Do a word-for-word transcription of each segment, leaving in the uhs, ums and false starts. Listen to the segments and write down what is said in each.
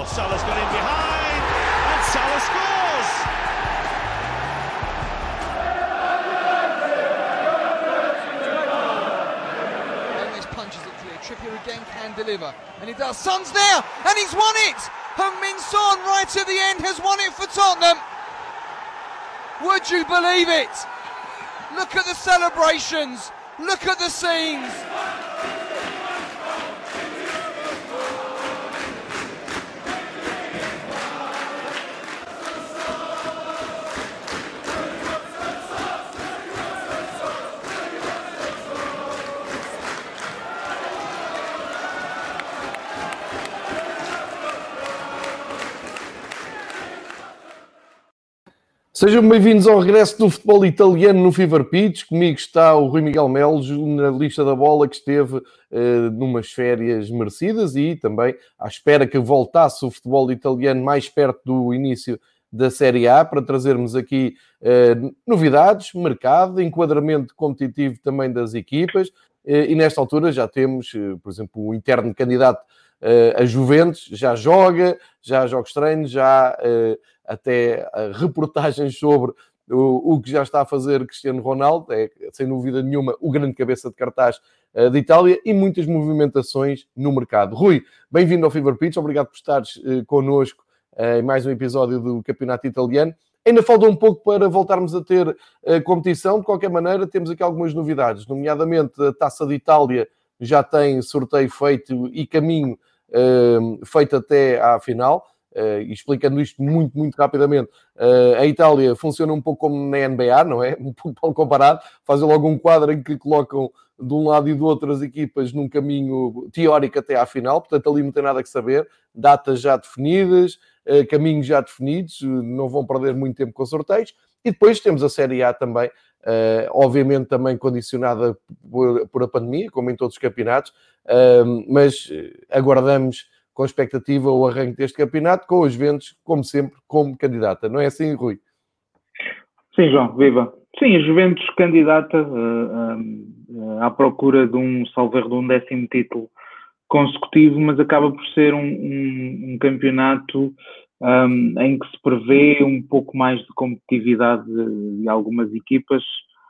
Oh, Salah's got in behind, and Salah scores! Gomez punches it clear. Trippier again can deliver, and he does. Son's there, and he's won it! Heung-min Son, right at the end, has won it for Tottenham. Would you believe it? Look at the celebrations. Look at the scenes. Sejam bem-vindos ao regresso do futebol italiano no Fever Pitch. Comigo está o Rui Miguel Melo, jornalista da bola, que esteve uh, numas férias merecidas e também à espera que voltasse o futebol italiano mais perto do início da Série A, para trazermos aqui uh, novidades, mercado, enquadramento competitivo também das equipas. Uh, e nesta altura já temos, uh, por exemplo, o interno candidato uh, a Juventus, já joga, já há jogos treinos, já... Uh, até reportagens sobre o, o que já está a fazer Cristiano Ronaldo, é sem dúvida nenhuma o grande cabeça de cartaz uh, de Itália, e muitas movimentações no mercado. Rui, bem-vindo ao Fever Pitch, obrigado por estares uh, connosco uh, em mais um episódio do Campeonato Italiano. Ainda falta um pouco para voltarmos a ter uh, competição. De qualquer maneira, temos aqui algumas novidades, nomeadamente a Taça de Itália já tem sorteio feito e caminho uh, feito até à final. Uh, e explicando isto muito, muito rapidamente, uh, a Itália funciona um pouco como na N B A, não é? Um pouco comparado, fazem logo um quadro em que colocam de um lado e do outro as equipas num caminho teórico até à final, portanto ali não tem nada que saber, datas já definidas, uh, caminhos já definidos, uh, não vão perder muito tempo com sorteios, e depois temos a Série A também, uh, obviamente também condicionada por, por a pandemia, como em todos os campeonatos, uh, mas aguardamos com expectativa o arranque deste campeonato, com os Juventus, como sempre, como candidata. Não é assim, Rui? Sim, João, viva. Sim, a Juventus candidata uh, uh, à procura de um, salvo erro, de um décimo título consecutivo, mas acaba por ser um, um, um campeonato um, em que se prevê um pouco mais de competitividade de, de algumas equipas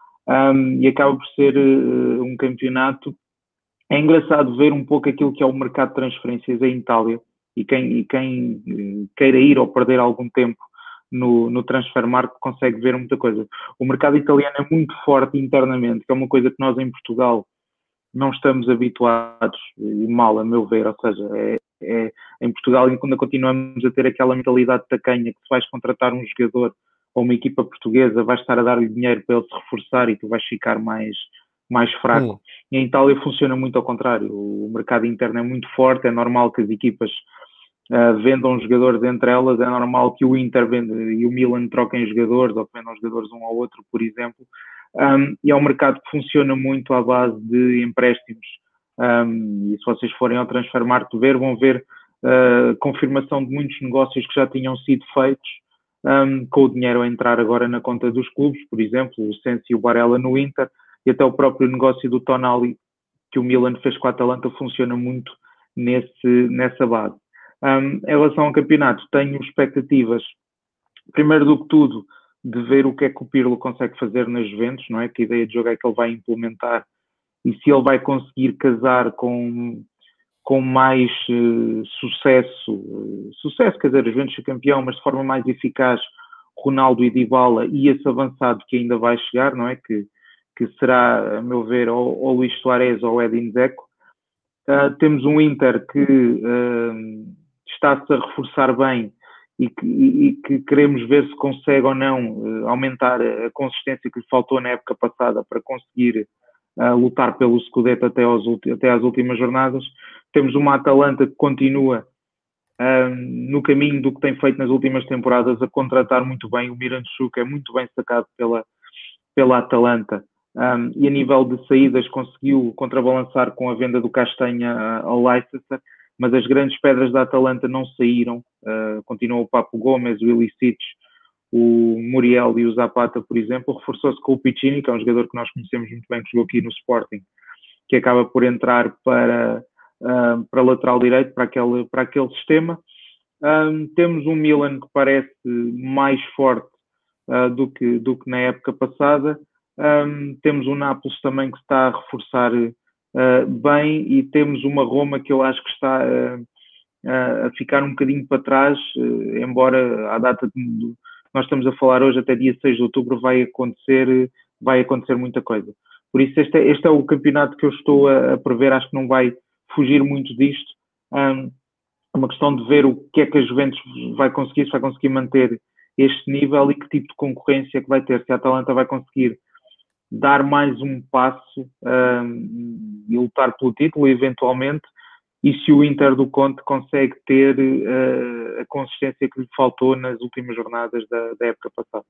um, e acaba por ser uh, um campeonato. É engraçado ver um pouco aquilo que é o mercado de transferências em Itália, e quem, e quem queira ir ou perder algum tempo no, no Transfermarkt consegue ver muita coisa. O mercado italiano é muito forte internamente, que é uma coisa que nós em Portugal não estamos habituados, e mal a meu ver, ou seja, é, é, em Portugal ainda continuamos a ter aquela mentalidade tacanha que se vais contratar um jogador ou uma equipa portuguesa, vais estar a dar-lhe dinheiro para ele se reforçar e tu vais ficar mais... mais fraco. Hum. E em Itália funciona muito ao contrário. O mercado interno é muito forte, é normal que as equipas uh, vendam jogadores entre elas, é normal que o Inter venda, e o Milan troquem jogadores, ou que vendam jogadores um ao outro, por exemplo. Um, e é um mercado que funciona muito à base de empréstimos. Um, e se vocês forem ao Transfermarkt ver, vão ver uh, confirmação de muitos negócios que já tinham sido feitos, um, com o dinheiro a entrar agora na conta dos clubes, por exemplo, o Sensi e o Barella no Inter, e até o próprio negócio do Tonali, que o Milan fez com a Atalanta, funciona muito nesse, nessa base. Um, em relação ao campeonato, tenho expectativas, primeiro do que tudo, de ver o que é que o Pirlo consegue fazer nas Juventus, não é? Que ideia de jogo é que ele vai implementar, e se ele vai conseguir casar com, com mais uh, sucesso, uh, sucesso, quer dizer, a Juventus é campeão, mas de forma mais eficaz, Ronaldo e Dybala, e esse avançado que ainda vai chegar, não é? Que que será, a meu ver, ou, ou Luís Suárez ou Edin Dzeko. Uh, temos um Inter que uh, está-se a reforçar bem e que, e, e que queremos ver se consegue ou não uh, aumentar a consistência que lhe faltou na época passada para conseguir uh, lutar pelo Scudetto até, aos, até às últimas jornadas. Temos uma Atalanta que continua uh, no caminho do que tem feito nas últimas temporadas, a contratar muito bem. O Miranchuk é muito bem sacado pela, pela Atalanta. Um, e a nível de saídas conseguiu contrabalançar com a venda do Castanha ao Leicester, mas as grandes pedras da Atalanta não saíram. Uh, continuou o Papo Gomes, o Ilicic, o Muriel e o Zapata, por exemplo. Reforçou-se com o Piccini, que é um jogador que nós conhecemos muito bem, que jogou aqui no Sporting, que acaba por entrar para, uh, para lateral direito, para aquele, para aquele sistema. Um, temos um Milan que parece mais forte uh, do, que, do que na época passada. Um, temos um Nápoles também que está a reforçar uh, bem, e temos uma Roma que eu acho que está uh, uh, a ficar um bocadinho para trás, uh, embora a data de, nós estamos a falar hoje, até dia seis de outubro, vai acontecer, vai acontecer muita coisa. Por isso este é, este é o campeonato que eu estou a, a prever, acho que não vai fugir muito disto. Um, é uma questão de ver o que é que a Juventus vai conseguir, se vai conseguir manter este nível e que tipo de concorrência que vai ter, se a Atalanta vai conseguir dar mais um passo um, e lutar pelo título, eventualmente, e se o Inter do Conte consegue ter uh, a consistência que lhe faltou nas últimas jornadas da, da época passada.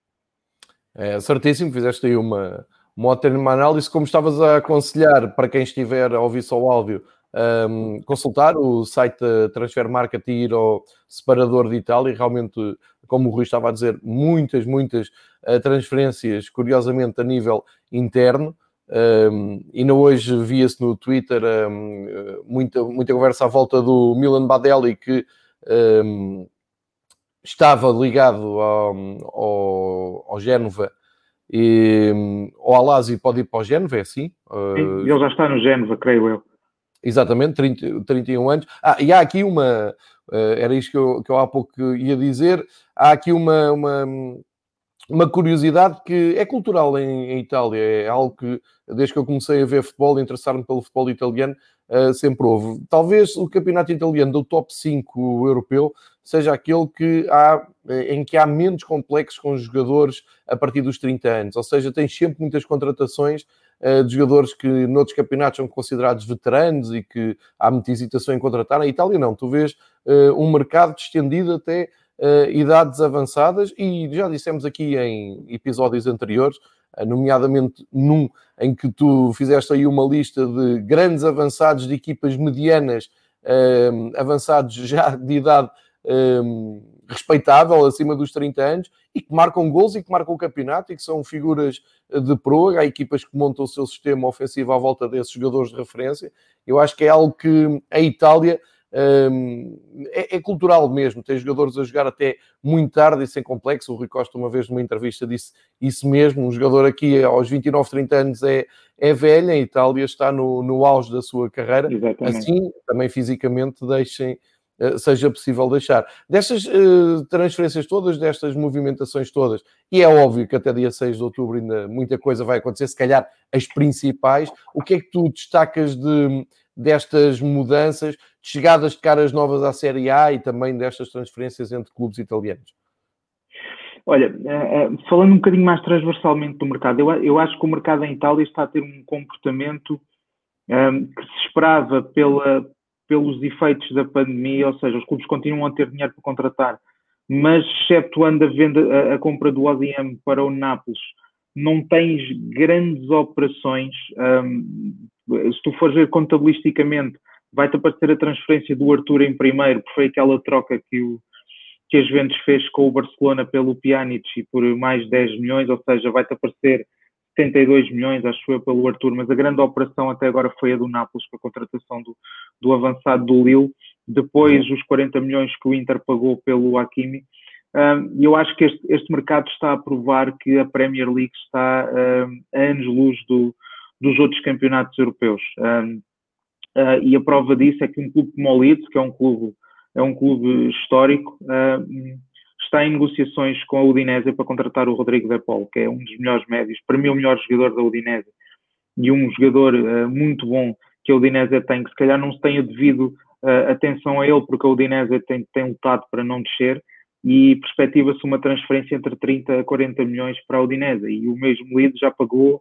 É certíssimo, fizeste aí uma, uma ótima análise, como estavas a aconselhar para quem estiver a ouvir só o áudio, um, consultar o site da Transfer Market e ir ao separador de Itália. Realmente, como o Rui estava a dizer, muitas, muitas uh, transferências, curiosamente, a nível interno. Um, e não hoje via-se no Twitter um, muita, muita conversa à volta do Milan Badelli, que um, estava ligado ao, ao, ao Génova, e o Alasi pode ir para o Génova, é assim? Sim, ele já está no Génova, creio eu. Exatamente, trinta, trinta e um anos. Ah, e há aqui uma, era isto que eu, que eu há pouco ia dizer, há aqui uma... uma Uma curiosidade que é cultural em, em Itália, é algo que, desde que eu comecei a ver futebol, interessar-me pelo futebol italiano, uh, sempre houve. Talvez o campeonato italiano do top cinco europeu seja aquele que há, em que há menos complexos com os jogadores a partir dos trinta anos. Ou seja, tem sempre muitas contratações uh, de jogadores que noutros campeonatos são considerados veteranos e que há muita hesitação em contratar. Na Itália não, tu vês uh, um mercado estendido até Uh, idades avançadas, e já dissemos aqui em episódios anteriores, uh, nomeadamente num em que tu fizeste aí uma lista de grandes avançados de equipas medianas, uh, avançados já de idade uh, respeitável, acima dos trinta anos, e que marcam gols e que marcam o campeonato e que são figuras de proa. Há equipas que montam o seu sistema ofensivo à volta desses jogadores de referência. Eu acho que é algo que a Itália Um, é, é cultural mesmo, tem jogadores a jogar até muito tarde e sem complexo. O Rui Costa uma vez numa entrevista disse isso mesmo, um jogador aqui aos vinte e nove, trinta anos é, é velho, em Itália está no, no auge da sua carreira. Exatamente. Assim também fisicamente deixem, uh, seja possível deixar. Destas uh, transferências todas, destas movimentações todas, e é óbvio que até dia seis de outubro ainda muita coisa vai acontecer, se calhar as principais, o que é que tu destacas de... destas mudanças, de chegadas de caras novas à Série A e também destas transferências entre clubes italianos? Olha, falando um bocadinho mais transversalmente do mercado, eu, eu acho que o mercado em Itália está a ter um comportamento um, que se esperava pela, pelos efeitos da pandemia, ou seja, os clubes continuam a ter dinheiro para contratar, mas exceptuando a, venda, a, a compra do O D M para o Nápoles, não tens grandes operações. Um, se tu fores ver contabilisticamente, vai-te aparecer a transferência do Arthur em primeiro, porque foi aquela troca que, o, que a Juventus fez com o Barcelona pelo Pjanic e por mais dez milhões, ou seja, vai-te aparecer setenta e dois milhões, acho eu, pelo Arthur, mas a grande operação até agora foi a do Nápoles, com a contratação do, do avançado do Lille, depois os quarenta milhões que o Inter pagou pelo Hakimi. Um, eu acho que este, este mercado está a provar que a Premier League está um, a anos-luz do, dos outros campeonatos europeus. Um, uh, e a prova disso é que um clube como o Leeds, que é um clube, é um clube histórico, uh, está em negociações com a Udinese para contratar o Rodrigo De Paul, que é um dos melhores médios, para mim o melhor jogador da Udinese, e um jogador uh, muito bom que a Udinese tem, que se calhar não se tenha devido uh, atenção a ele, porque a Udinese tem, tem lutado para não descer, e perspectiva-se uma transferência entre trinta a quarenta milhões para a Udinese, e o mesmo Leeds já pagou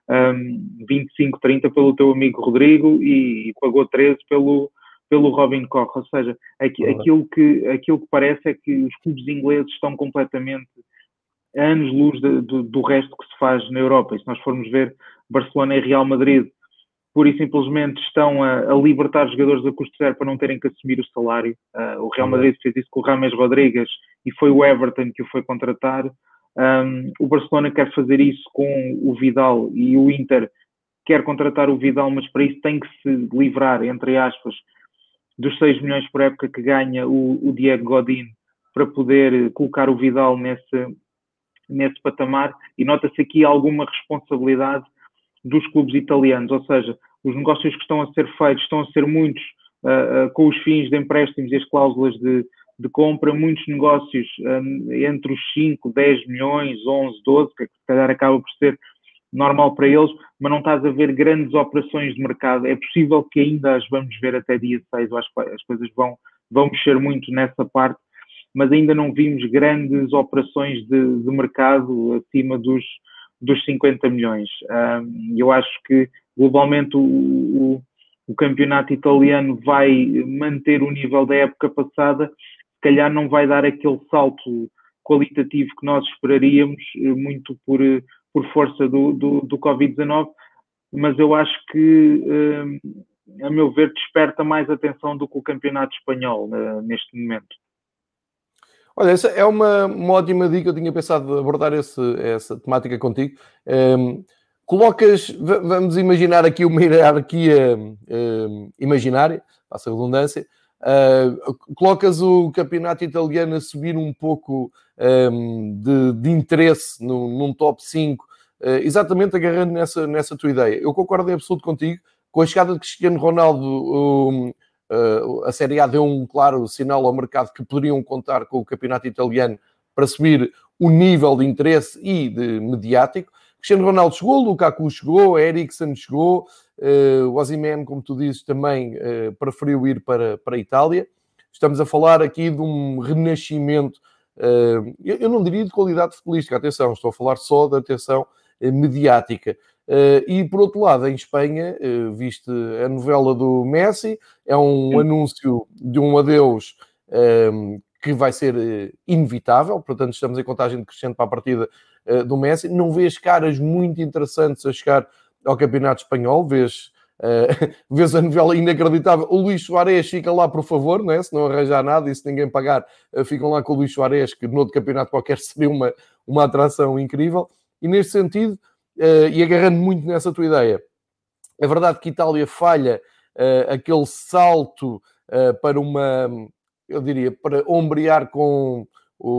um, vinte e cinco, trinta pelo teu amigo Rodrigo e, e pagou treze pelo, pelo Robin Koch. Ou seja, aqui, aquilo, que, aquilo que parece é que os clubes ingleses estão completamente a anos-luz do, do resto que se faz na Europa. E se nós formos ver Barcelona e Real Madrid, pura e simplesmente estão a, a libertar jogadores a custo zero para não terem que assumir o salário. Uh, o Real Madrid fez isso com o James Rodrigues e foi o Everton que o foi contratar. Um, o Barcelona quer fazer isso com o Vidal e o Inter quer contratar o Vidal, mas para isso tem que se livrar, entre aspas, dos seis milhões por época que ganha o, o Diego Godin para poder colocar o Vidal nesse, nesse patamar, e nota-se aqui alguma responsabilidade dos clubes italianos, ou seja, os negócios que estão a ser feitos estão a ser muitos uh, uh, com os fins de empréstimos e as cláusulas de, de compra, muitos negócios um, entre os cinco, dez milhões, onze, doze, que se calhar acaba por ser normal para eles, mas não estás a ver grandes operações de mercado. É possível que ainda as vamos ver até dia seis, eu acho que as coisas vão, vão mexer muito nessa parte, mas ainda não vimos grandes operações de, de mercado acima dos, dos cinquenta milhões. Um, eu acho que globalmente o, o, o campeonato italiano vai manter o nível da época passada, se calhar não vai dar aquele salto qualitativo que nós esperaríamos, muito por, por força do, do, do covid dezanove, mas eu acho que, um, a meu ver, desperta mais atenção do que o campeonato espanhol uh, neste momento. Olha, essa é uma, uma ótima dica. Eu tinha pensado abordar esse, essa temática contigo. Um, colocas, vamos imaginar aqui uma hierarquia um, imaginária, passa a redundância, uh, colocas o campeonato italiano a subir um pouco um, de, de interesse num, num top cinco, uh, exatamente agarrando nessa, nessa tua ideia. Eu concordo em absoluto contigo. Com a chegada de Cristiano Ronaldo, um, Uh, a Série A deu um claro sinal ao mercado que poderiam contar com o campeonato italiano para subir o nível de interesse e de mediático. Cristiano Ronaldo chegou, Lukaku chegou, Eriksen chegou, uh, o Osimhen, como tu dizes, também uh, preferiu ir para, para a Itália. Estamos a falar aqui de um renascimento, uh, eu, eu não diria de qualidade futebolística, atenção, estou a falar só de atenção uh, mediática. Uh, e por outro lado, em Espanha, uh, viste a novela do Messi, é um Sim. anúncio de um adeus um, que vai ser uh, inevitável, portanto estamos em contagem decrescente para a partida uh, do Messi. Não vês caras muito interessantes a chegar ao campeonato espanhol, vês, uh, vês a novela inacreditável. O Luís Suárez fica lá, por favor, não é? Se não arranjar nada e se ninguém pagar, uh, ficam lá com o Luís Suárez, que no outro campeonato qualquer seria uma, uma atração incrível. E neste sentido, Uh, e agarrando muito nessa tua ideia, é verdade que a Itália falha uh, aquele salto uh, para uma, eu diria, para ombrear com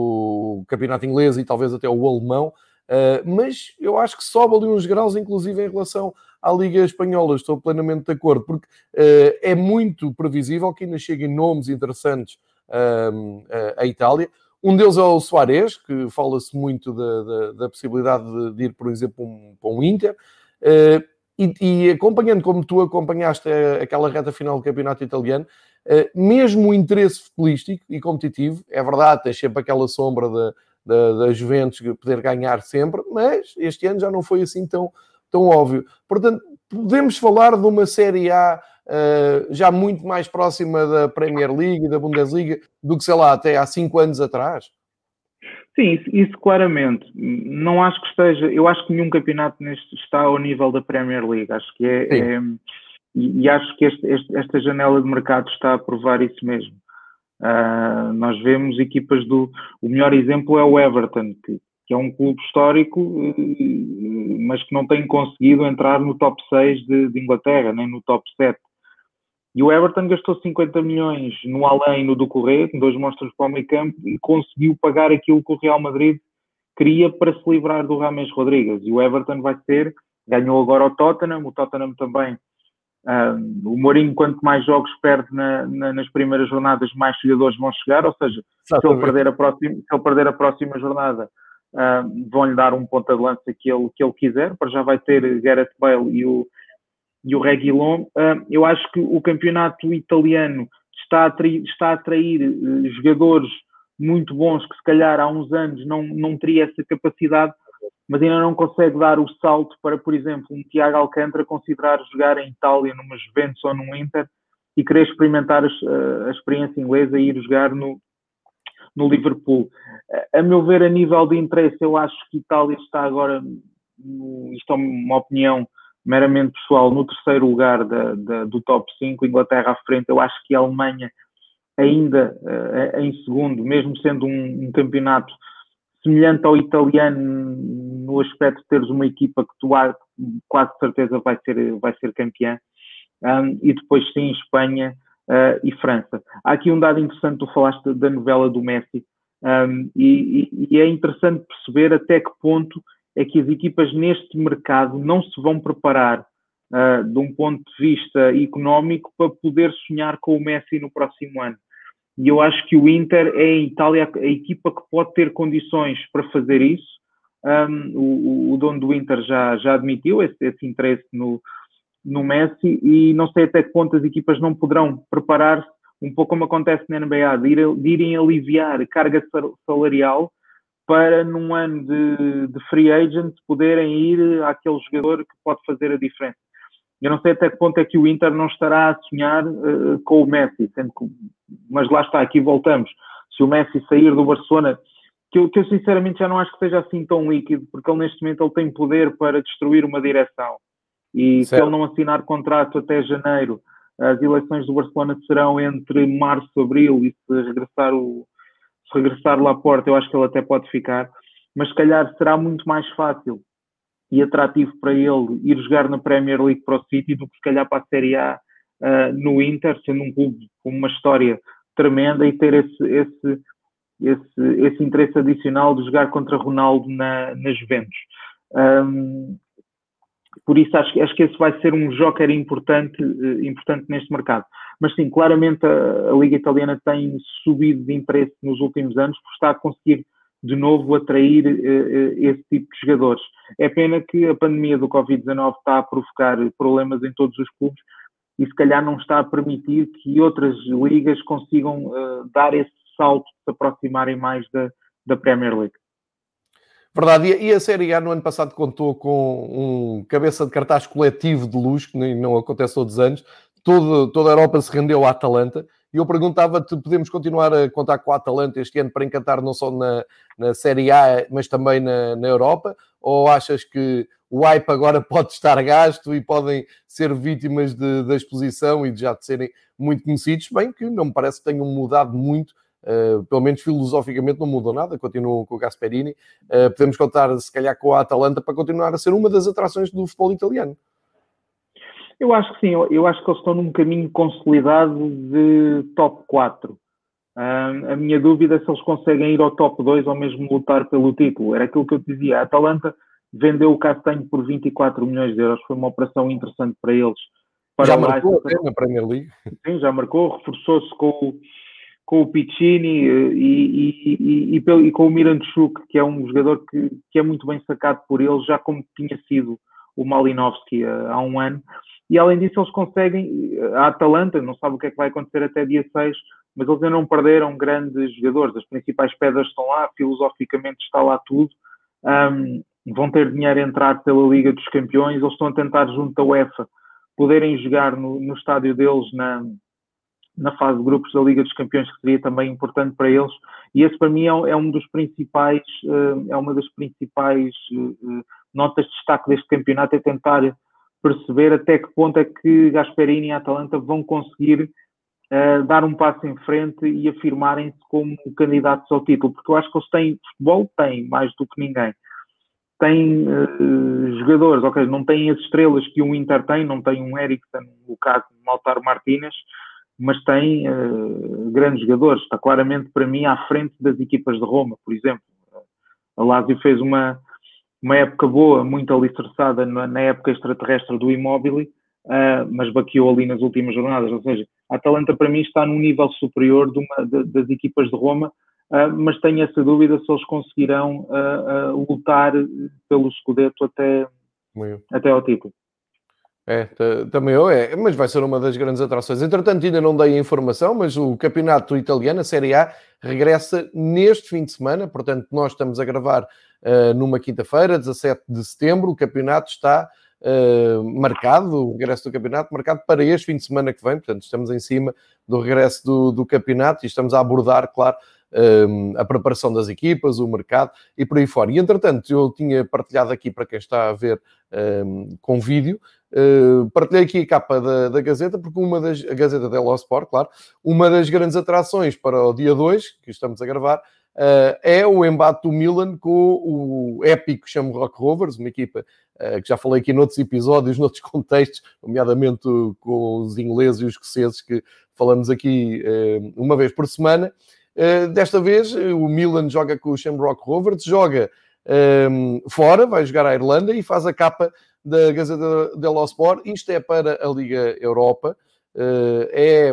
o campeonato inglês e talvez até o alemão, uh, mas eu acho que sobe ali uns graus, inclusive em relação à Liga Espanhola. Estou plenamente de acordo, porque uh, é muito previsível que ainda cheguem nomes interessantes uh, uh, à Itália. Um deles é o Suárez, que fala-se muito da, da, da possibilidade de, de ir, por exemplo, um, para um Inter. Uh, e, e acompanhando como tu acompanhaste a, aquela reta final do campeonato italiano, uh, mesmo o interesse futebolístico e competitivo, é verdade, tens sempre aquela sombra da, da, da Juventus poder ganhar sempre, mas este ano já não foi assim tão, tão óbvio. Portanto, podemos falar de uma Série A Uh, já muito mais próxima da Premier League e da Bundesliga do que, sei lá, até há cinco anos atrás? Sim, isso, isso claramente. Não acho que esteja... Eu acho que nenhum campeonato neste está ao nível da Premier League. Acho que é... é e, e acho que este, este, esta janela de mercado está a provar isso mesmo. Uh, nós vemos equipas do... O melhor exemplo é o Everton, que, que é um clube histórico, mas que não tem conseguido entrar no top seis de, de Inglaterra, nem no top sete. E o Everton gastou cinquenta milhões no Além e no do Correia, com dois monstros para o meio campo, e conseguiu pagar aquilo que o Real Madrid queria para se livrar do James Rodrigues. E o Everton vai ser, ganhou agora o Tottenham, o Tottenham também. Um, o Mourinho, quanto mais jogos perde na, na, nas primeiras jornadas, mais jogadores vão chegar, ou seja, se ele, perder a próxima, se ele perder a próxima jornada, um, vão-lhe dar um ponta de lança que ele, que ele quiser, para já vai ter Gareth Bale e o e o Reguilón. Uh, eu acho que o campeonato italiano está a atrair, está a atrair uh, jogadores muito bons que se calhar há uns anos não, não teria essa capacidade, mas ainda não consegue dar o salto para, por exemplo, um Thiago Alcântara considerar jogar em Itália, numa Juventus ou num Inter, e querer experimentar a, a experiência inglesa e ir jogar no, no Liverpool. Uh, a meu ver, a nível de interesse, eu acho que a Itália está agora, no, isto é uma opinião meramente pessoal, no terceiro lugar da, da, do top cinco, Inglaterra à frente. Eu acho que a Alemanha ainda uh, em segundo, mesmo sendo um, um campeonato semelhante ao italiano no aspecto de teres uma equipa que tu há, quase certeza vai ser, vai ser campeã. Um, e depois sim, Espanha uh, e França. Há aqui um dado interessante, tu falaste da novela do Messi, um, e, e é interessante perceber até que ponto é que as equipas neste mercado não se vão preparar uh, de um ponto de vista económico para poder sonhar com o Messi no próximo ano. E eu acho que o Inter é em Itália a equipa que pode ter condições para fazer isso. Um, o, o dono do Inter já, já admitiu esse, esse interesse no, no Messi, e não sei até que ponto as equipas não poderão preparar-se, um pouco como acontece na N B A, de, ir, de irem aliviar carga salarial para num ano de, de free agent poderem ir àquele jogador que pode fazer a diferença. Eu não sei até que ponto é que o Inter não estará a sonhar uh, com o Messi, sendo que, mas lá está, aqui voltamos. Se o Messi sair do Barcelona, que eu, que eu sinceramente já não acho que seja assim tão líquido, porque ele neste momento ele tem poder para destruir uma direção. E certo. Se ele não assinar contrato até janeiro, as eleições do Barcelona serão entre março e abril, e se regressar o se regressar lá à porta, eu acho que ele até pode ficar, mas se calhar será muito mais fácil e atrativo para ele ir jogar na Premier League para o City do que se calhar para a Série A uh, no Inter, sendo um clube com uma história tremenda, e ter esse, esse, esse, esse interesse adicional de jogar contra Ronaldo na, na Juventus. Um, por isso acho, acho que esse vai ser um joker importante, uh, importante neste mercado. Mas sim, claramente a, a Liga Italiana tem subido de interesse nos últimos anos por estar a conseguir de novo atrair uh, esse tipo de jogadores. É pena que a pandemia do covid dezanove está a provocar problemas em todos os clubes e se calhar não está a permitir que outras ligas consigam uh, dar esse salto, se aproximarem mais da, da Premier League. Verdade, e a Série A no ano passado contou com um cabeça de cartaz coletivo de luz, que não acontece todos os anos. Todo, toda a Europa se rendeu à Atalanta. E eu perguntava-te, podemos continuar a contar com a Atalanta este ano para encantar não só na, na Série A, mas também na, na Europa? Ou achas que o hype agora pode estar gasto e podem ser vítimas de, da exposição e de já de serem muito conhecidos? Bem, que não me parece que tenham mudado muito, uh, pelo menos filosoficamente não mudou nada, continuam com o Gasperini. Uh, podemos contar, se calhar, com a Atalanta para continuar a ser uma das atrações do futebol italiano. Eu acho que sim, eu acho que eles estão num caminho consolidado de top quatro. Um, a minha dúvida é se eles conseguem ir ao top dois ou mesmo lutar pelo título. Era aquilo que eu te dizia. A Atalanta vendeu o Castanho por vinte e quatro milhões de euros. Foi uma operação interessante para eles. Para já marcou até na Premier League. Sim, já marcou. Reforçou-se com o, com o Piccini e, e, e, e, e com o Miranchuk, que é um jogador que, que é muito bem sacado por eles, já como tinha sido o Malinovski há, há um ano. E além disso eles conseguem, a Atalanta, não sabe o que é que vai acontecer até dia seis, mas eles ainda não perderam grandes jogadores, as principais pedras estão lá, filosoficamente está lá tudo, um, vão ter dinheiro a entrar pela Liga dos Campeões, eles estão a tentar junto da UEFA poderem jogar no, no estádio deles na, na fase de grupos da Liga dos Campeões, que seria também importante para eles, e esse para mim é, é um dos principais, uh, é uma das principais uh, notas de destaque deste campeonato, é tentar perceber até que ponto é que Gasperini e a Atalanta vão conseguir uh, dar um passo em frente e afirmarem-se como candidatos ao título, porque eu acho que eles têm, futebol têm mais do que ninguém, têm uh, jogadores, ok, não têm as estrelas que um Inter tem, não tem um Eriksen, um Lukaku, um Lautaro Martínez, mas tem uh, grandes jogadores, está claramente para mim à frente das equipas de Roma, por exemplo. A Lazio fez uma uma época boa, muito alicerçada na, na época extraterrestre do Immobile, uh, mas baqueou ali nas últimas jornadas. Ou seja, a Atalanta para mim está num nível superior de uma, de, das equipas de Roma, uh, mas tenho essa dúvida se eles conseguirão uh, uh, lutar pelo Scudetto até, até ao título. É, também eu, é, mas vai ser uma das grandes atrações. Entretanto, ainda não dei a informação, mas o campeonato italiano, a Série A, regressa neste fim de semana, portanto, nós estamos a gravar uh, numa quinta-feira, dezassete de setembro, o campeonato está uh, marcado, o regresso do campeonato, marcado para este fim de semana que vem, portanto, estamos em cima do regresso do, do campeonato e estamos a abordar, claro, Um, a preparação das equipas, o mercado e por aí fora. E, entretanto, eu tinha partilhado aqui para quem está a ver um, com vídeo, uh, partilhei aqui a capa da, da Gazeta, porque uma das, a Gazeta dello Sport, claro, uma das grandes atrações para o dia dois, que estamos a gravar, uh, é o embate do Milan com o épico Shamrock Rovers, uma equipa uh, que já falei aqui noutros episódios, noutros contextos, nomeadamente com os ingleses e os escoceses, que falamos aqui uh, uma vez por semana. Uh, desta vez, o Milan joga com o Shamrock Rovers, joga um, fora, vai jogar à Irlanda e faz a capa da Gazeta dello Sport. Isto é para a Liga Europa, uh, é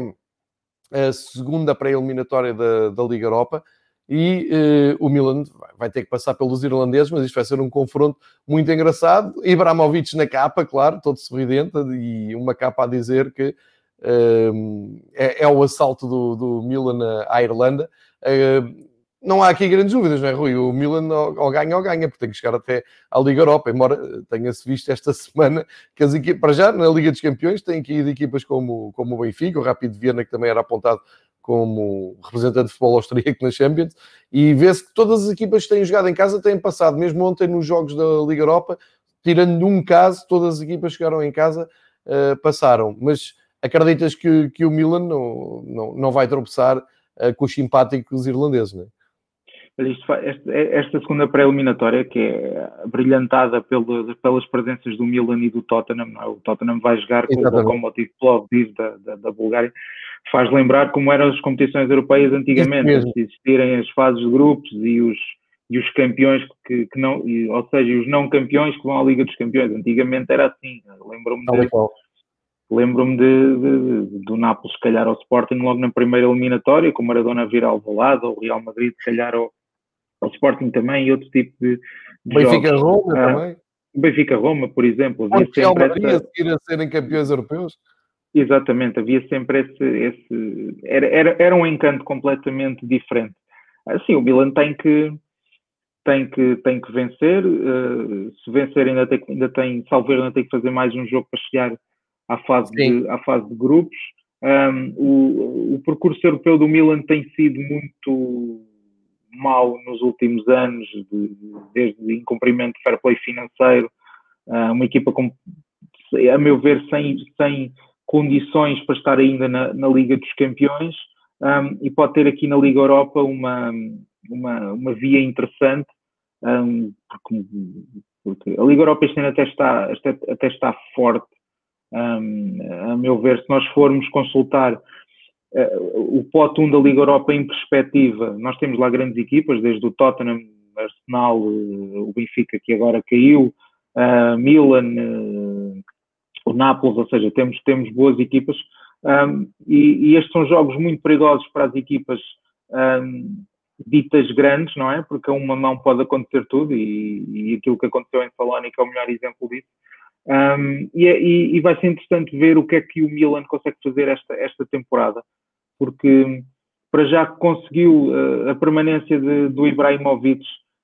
a segunda pré-eliminatória da, da Liga Europa, e uh, o Milan vai ter que passar pelos irlandeses, mas isto vai ser um confronto muito engraçado. Ibrahimovic na capa, claro, todo sorridente, e uma capa a dizer que uh, é, é o assalto do, do Milan à Irlanda. Uh, não há aqui grandes dúvidas, não é, Rui? O Milan ou ganha ou ganha, porque tem que chegar até à Liga Europa, embora tenha-se visto esta semana que as equipas, para já, na Liga dos Campeões, têm que ir de equipas como, como o Benfica, o Rapid Viena, que também era apontado como representante de futebol austríaco na Champions, e vê-se que todas as equipas que têm jogado em casa têm passado, mesmo ontem nos jogos da Liga Europa, tirando um caso, todas as equipas que chegaram em casa uh, passaram. Mas acreditas que, que o Milan não, não, não vai tropeçar uh, com os simpáticos irlandeses, não é? Isto, esta, esta segunda pré-eliminatória, que é brilhantada pelo, pelas presenças do Milan e do Tottenham, não é? O Tottenham vai jogar com Exatamente. o Lokomotiv Plovdiv da, da, da Bulgária, faz lembrar como eram as competições europeias antigamente, antes de existirem as fases de grupos e os, e os campeões que, que não, e, ou seja, os não campeões que vão à Liga dos Campeões. Antigamente era assim, lembro-me de, lembro-me de, de, de, do Nápoles se calhar ao Sporting logo na primeira eliminatória, com o Maradona vir ao Alvalade, ou o Real Madrid se calhar ao ao Sporting também, e outro tipo de, de Benfica Roma ah, também. Benfica Roma, por exemplo. Havia o Real Madrid essa... a seguir a serem campeões europeus. Exatamente, havia sempre esse... esse... Era, era, era um encanto completamente diferente. Assim, o Milan tem que tem que, tem que vencer. Uh, se vencer ainda tem, ainda tem, salvo ainda tem que fazer mais um jogo para chegar à fase, de, à fase de grupos. Um, o, o percurso europeu do Milan tem sido muito mal nos últimos anos, de, desde incumprimento de fair play financeiro, uh, uma equipa, com, a meu ver, sem, sem condições para estar ainda na, na Liga dos Campeões, um, e pode ter aqui na Liga Europa uma, uma, uma via interessante, um, porque, porque a Liga Europa este ano até está, até, até está forte, um, a meu ver. Se nós formos consultar Uh, o pote um da Liga Europa em perspectiva, nós temos lá grandes equipas, desde o Tottenham, Arsenal, uh, o Benfica, que agora caiu, uh, Milan, uh, o Nápoles, ou seja, temos, temos boas equipas, um, e, e estes são jogos muito perigosos para as equipas um, ditas grandes, não é? Porque a uma mão pode acontecer tudo, e, e aquilo que aconteceu em Salónica é o melhor exemplo disso. Um, e, e, e vai ser interessante ver o que é que o Milan consegue fazer esta, esta temporada, porque para já conseguiu uh, a permanência de, do Ibrahimovic,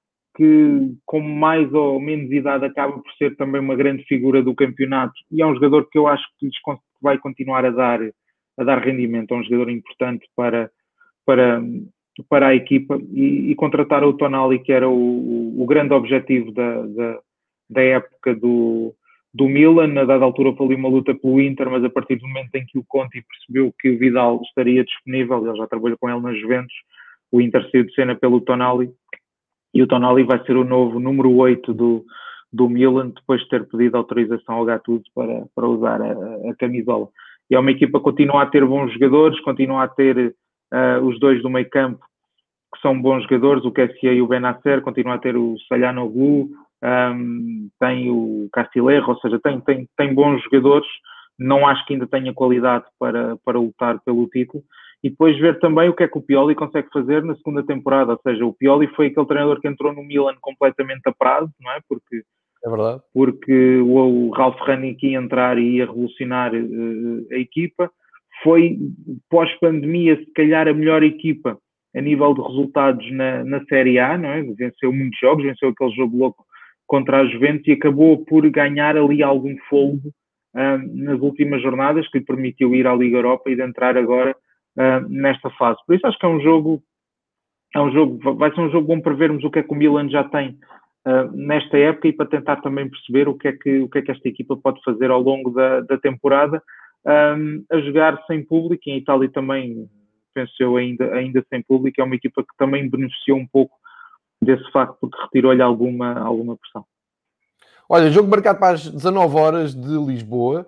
que com mais ou menos idade acaba por ser também uma grande figura do campeonato, e é um jogador que eu acho que lhes vai continuar a dar, a dar rendimento, é um jogador importante para, para, para a equipa, e, e contratar o Tonali, que era o, o, o grande objetivo da, da, da época do do Milan. A dada altura foi ali uma luta pelo Inter, mas a partir do momento em que o Conte percebeu que o Vidal estaria disponível, ele já trabalhou com ele nas Juventus, o Inter saiu de cena pelo Tonali, e o Tonali vai ser o novo número oito do, do Milan, depois de ter pedido autorização ao Gattuso para, para usar a, a camisola. E é uma equipa que continua a ter bons jogadores, continua a ter uh, os dois do meio campo, que são bons jogadores, o Kessie e o Benacer, continua a ter o Salhanoglu, Um, tem o Castillejo, ou seja, tem, tem, tem bons jogadores. Não acho que ainda tenha qualidade para, para lutar pelo título. E depois ver também o que é que o Pioli consegue fazer na segunda temporada. Ou seja, o Pioli foi aquele treinador que entrou no Milan completamente a prazo, não é? Porque, é verdade. Porque o, o Ralf Rangnick ia entrar e ia revolucionar uh, a equipa. Foi, pós-pandemia, se calhar a melhor equipa a nível de resultados na, na Série A, não é? Venceu muitos jogos, venceu aquele jogo louco contra a Juventus e acabou por ganhar ali algum fôlego um, nas últimas jornadas, que lhe permitiu ir à Liga Europa e de entrar agora um, nesta fase. Por isso acho que é um jogo, é um jogo, vai ser um jogo bom para vermos o que é que o Milan já tem uh, nesta época, e para tentar também perceber o que é que, o que, é que esta equipa pode fazer ao longo da, da temporada, um, a jogar sem público. Em Itália também penso eu, ainda, ainda sem público. É uma equipa que também beneficiou um pouco desse facto, porque retirou-lhe alguma, alguma pressão. Olha, jogo marcado para as dezanove horas de Lisboa,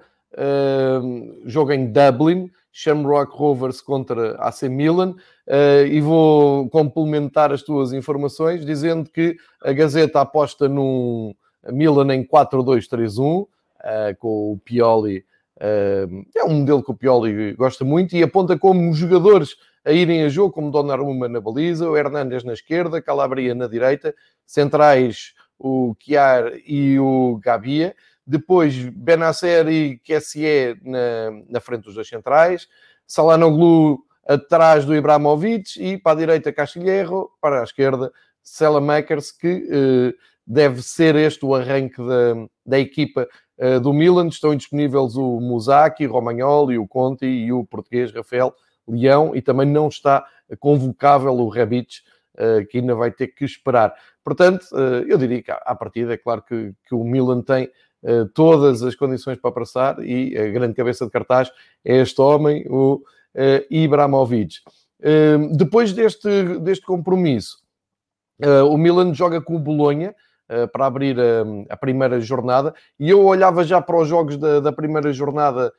uh, jogo em Dublin, Shamrock Rovers contra A C Milan, uh, e vou complementar as tuas informações dizendo que a Gazeta aposta num Milan em quatro dois três um, uh, com o Pioli, uh, é um modelo que o Pioli gosta muito, e aponta como jogadores a irem a jogo, como Donnarumma na baliza, o Hernández na esquerda, Calabria na direita, centrais o Chiar e o Gabia, depois Benacer e Kessié na, na frente dos dois centrais, Çalhanoğlu atrás do Ibrahimovic e para a direita Castilheiro, para a esquerda Salamakers, que eh, deve ser este o arranque da, da equipa eh, do Milan. Estão disponíveis o Musacchio, o Romagnoli, o Conti e o português Rafael Leão, e também não está convocável o Rebic, uh, que ainda vai ter que esperar. Portanto, uh, eu diria que à partida é claro que, que o Milan tem uh, todas as condições para passar, e a grande cabeça de cartaz é este homem, o uh, Ibrahimovic. Uh, depois deste, deste compromisso, uh, o Milan joga com o Bolonha uh, para abrir a, a primeira jornada, e eu olhava já para os jogos da, da primeira jornada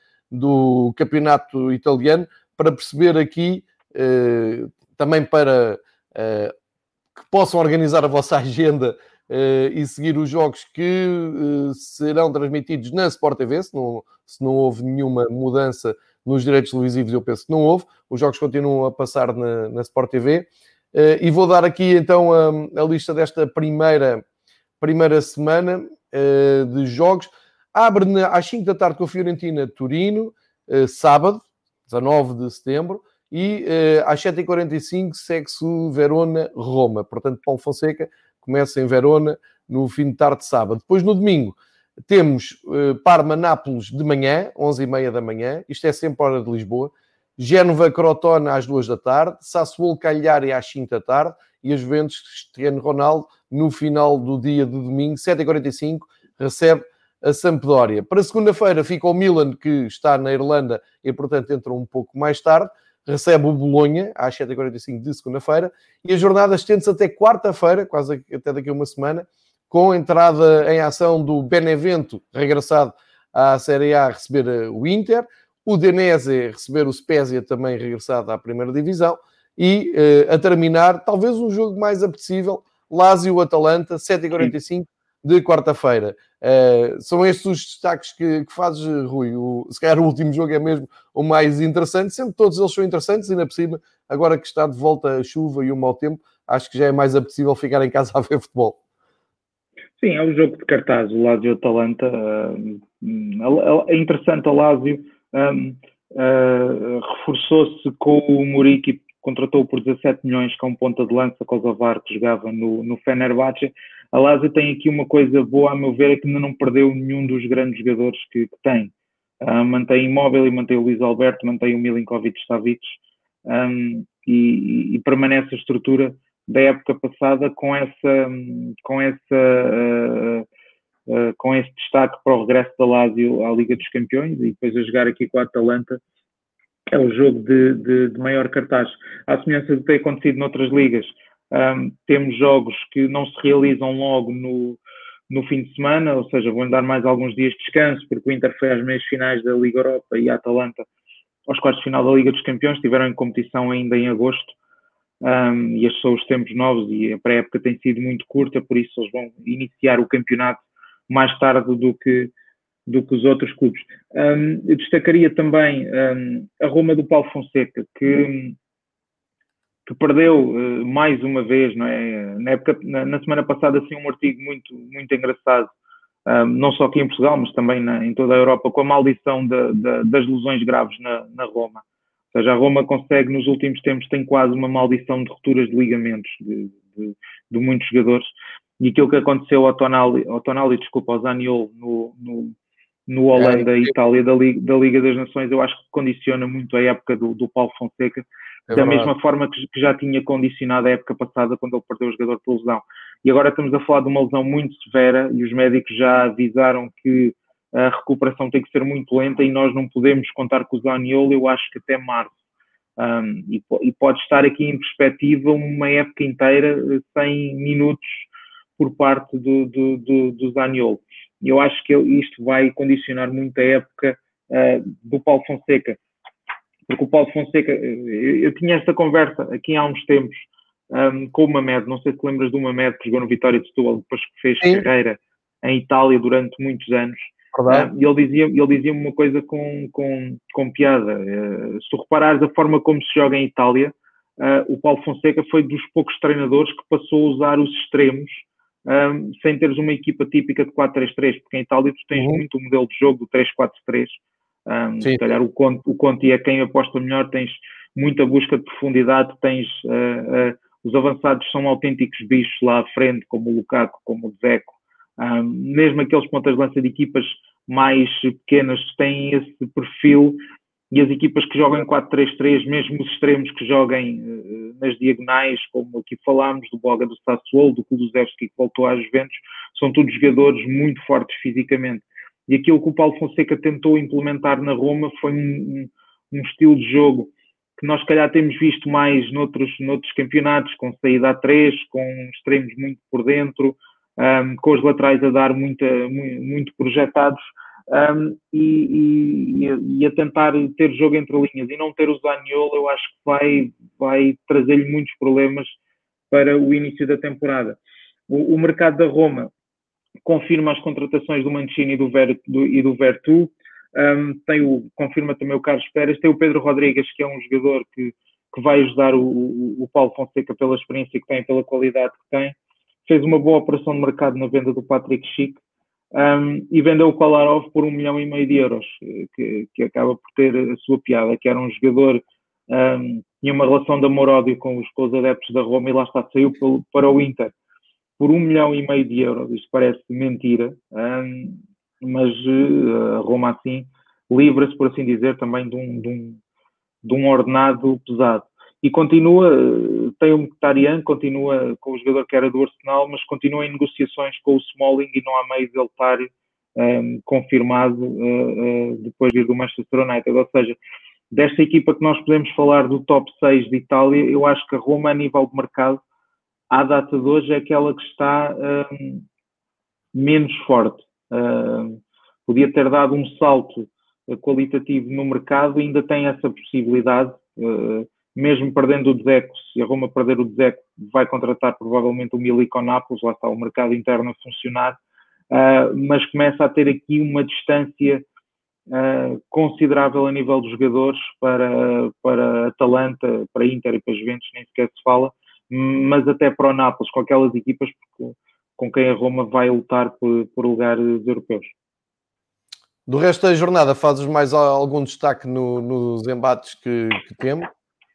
do campeonato italiano, para perceber aqui, eh, também para eh, que possam organizar a vossa agenda eh, e seguir os jogos que eh, serão transmitidos na Sport T V, se não, se não houve nenhuma mudança nos direitos televisivos, eu penso que não houve, os jogos continuam a passar na, na Sport T V, eh, e vou dar aqui então a, a lista desta primeira, primeira semana eh, de jogos. Abre na, às cinco da tarde com a Fiorentina Turino, eh, sábado, dezanove de setembro, e uh, às sete e quarenta e cinco segue-se o Verona-Roma. Portanto, Paulo Fonseca começa em Verona no fim de tarde de sábado. Depois, no domingo, temos uh, Parma-Nápoles de manhã, onze e meia da manhã. Isto é sempre hora de Lisboa. Génova-Crotone às duas da tarde. Sassuolo-Cagliari às cinco da tarde. E a Juventus Cristiano Ronaldo no final do dia de domingo, sete e quarenta e cinco, recebe a Sampdoria. Para segunda-feira fica o Milan, que está na Irlanda e, portanto, entra um pouco mais tarde. Recebe o Bolonha às sete e quarenta e cinco de segunda-feira. E a jornada estende-se até quarta-feira, quase até daqui a uma semana, com a entrada em ação do Benevento, regressado à Série A, a receber o Inter. O Udinese receber o Spezia, também regressado à primeira divisão. E, uh, a terminar, talvez um jogo mais apetecível, Lazio-Atalanta, sete e quarenta e cinco de quarta-feira. Uh, são estes os destaques que, que fazes, Rui. O, se calhar o último jogo é mesmo o mais interessante, sempre todos eles são interessantes, e ainda por cima, agora que está de volta a chuva e o mau tempo, acho que já é mais apetecível ficar em casa a ver futebol. Sim, é um jogo de cartaz, o Lazio-Atalanta. Uh, é interessante, a Lazio um, uh, reforçou-se com o Muriqi, contratou por dezassete milhões, com ponta de lança, Kosovar, que jogava no, no Fenerbahçe. A Lazio tem aqui uma coisa boa, a meu ver, é que ainda não perdeu nenhum dos grandes jogadores que, que tem. Uh, mantém Immobile, mantém o Luís Alberto, mantém o Milinkovic-Savic, um, e, e permanece a estrutura da época passada com essa, com essa, uh, uh, com esse destaque para o regresso da Lazio à Liga dos Campeões, e depois a jogar aqui com a Atalanta. É o jogo de, de, de maior cartaz. À semelhança do que tem acontecido noutras ligas, um, temos jogos que não se realizam logo no, no fim de semana, ou seja, vão dar mais alguns dias de descanso, porque o Inter foi às meias finais da Liga Europa e a Atalanta aos quartos de final da Liga dos Campeões, estiveram em competição ainda em agosto, um, e estes são os tempos novos e a pré-época tem sido muito curta, por isso eles vão iniciar o campeonato mais tarde do que do que os outros clubes. Um, eu destacaria também um, a Roma do Paulo Fonseca, que, que perdeu uh, mais uma vez, não é? Na, época, na, na semana passada, assim, um artigo muito, muito engraçado, um, não só aqui em Portugal, mas também na, em toda a Europa, com a maldição da, da, das lesões graves na, na Roma. Ou seja, a Roma consegue, nos últimos tempos, tem quase uma maldição de rupturas de ligamentos de, de, de muitos jogadores, e aquilo que aconteceu ao Tonali, ao Tonali desculpa, ao Zaniolo, no, no no Holanda e Itália da Liga, da Liga das Nações, eu acho que condiciona muito a época do, do Paulo Fonseca, é da mesma forma que, que já tinha condicionado a época passada, quando ele perdeu o jogador por lesão. E agora estamos a falar de uma lesão muito severa, e os médicos já avisaram que a recuperação tem que ser muito lenta, e nós não podemos contar com o Zaniolo, eu acho que até março. um, e, e pode estar aqui em perspectiva uma época inteira sem minutos por parte do, do, do, do Zaniolo. Eu acho que isto vai condicionar muito a época uh, do Paulo Fonseca, porque o Paulo Fonseca, eu, eu tinha esta conversa aqui há uns tempos um, com o Mamed, não sei se te lembras do Mamed que jogou no Vitória de Setúbal, depois que fez Sim. carreira em Itália durante muitos anos. Uh, e ele dizia, ele dizia uma coisa com, com, com piada. Uh, se tu reparares a forma como se joga em Itália, uh, o Paulo Fonseca foi dos poucos treinadores que passou a usar os extremos um, sem teres uma equipa típica de quatro três três, porque em Itália tu tens uhum. muito o modelo de jogo do três quatro três. Um, se calhar o Conte, o Conte é quem aposta melhor, tens muita busca de profundidade, tens uh, uh, os avançados são autênticos bichos lá à frente, como o Lukaku, como o Dzeko. Um, mesmo aqueles pontas de lança de equipas mais pequenas têm esse perfil, e as equipas que jogam em quatro três três, mesmo os extremos que joguem uh, nas diagonais, como aqui falámos, do Boga, do Sassuolo, do Kulusevski que voltou às Juventus, são todos jogadores muito fortes fisicamente. E aquilo que o Paulo Fonseca tentou implementar na Roma foi um, um estilo de jogo que nós, se calhar, temos visto mais noutros, noutros campeonatos, com saída a três, com extremos muito por dentro, um, com os laterais a dar muita, muito, muito projetados, um, e, e, e a tentar ter jogo entre linhas. E não ter o Zaniolo, eu acho que vai, vai trazer-lhe muitos problemas para o início da temporada. O, o mercado da Roma confirma as contratações do Mancini e do, Ver, do, e do Vertu, um, tem o, confirma também o Carlos Pérez, tem o Pedro Rodrigues, que é um jogador que, que vai ajudar o, o, o Paulo Fonseca pela experiência que tem, pela qualidade que tem. Fez uma boa operação de mercado na venda do Patrick Schick, um, e vendeu o Kolarov por um milhão e meio de euros, que, que acaba por ter a sua piada, que era um jogador, um, tinha uma relação de amor-ódio com os, com os adeptos da Roma, e lá está, saiu pelo, para o Inter por um milhão e meio de euros. Isto parece mentira, um, mas uh, a Roma assim livra-se, por assim dizer, também de um, de um, de um ordenado pesado. E continua, tem o Mkhitaryan, continua com o jogador que era do Arsenal, mas continua em negociações com o Smalling e não há meio de ele estar um, confirmado uh, uh, depois de ir do Manchester United. Ou seja, desta equipa que nós podemos falar do top seis de Itália, eu acho que a Roma, a nível de mercado, à data de hoje, é aquela que está um, menos forte. Uh, podia ter dado um salto qualitativo no mercado, ainda tem essa possibilidade, uh, mesmo perdendo o Dzeko. Se a Roma perder o Dzeko, vai contratar provavelmente o Milik ou Nápoles, lá está o mercado interno a funcionar, uh, mas começa a ter aqui uma distância uh, considerável a nível dos jogadores para, para Atalanta, para Inter e para Juventus, nem sequer se fala, mas até para o Nápoles, com aquelas equipas porque, com quem a Roma vai lutar por, por lugares europeus. Do resto da jornada, fazes mais algum destaque no, nos embates que, que temos?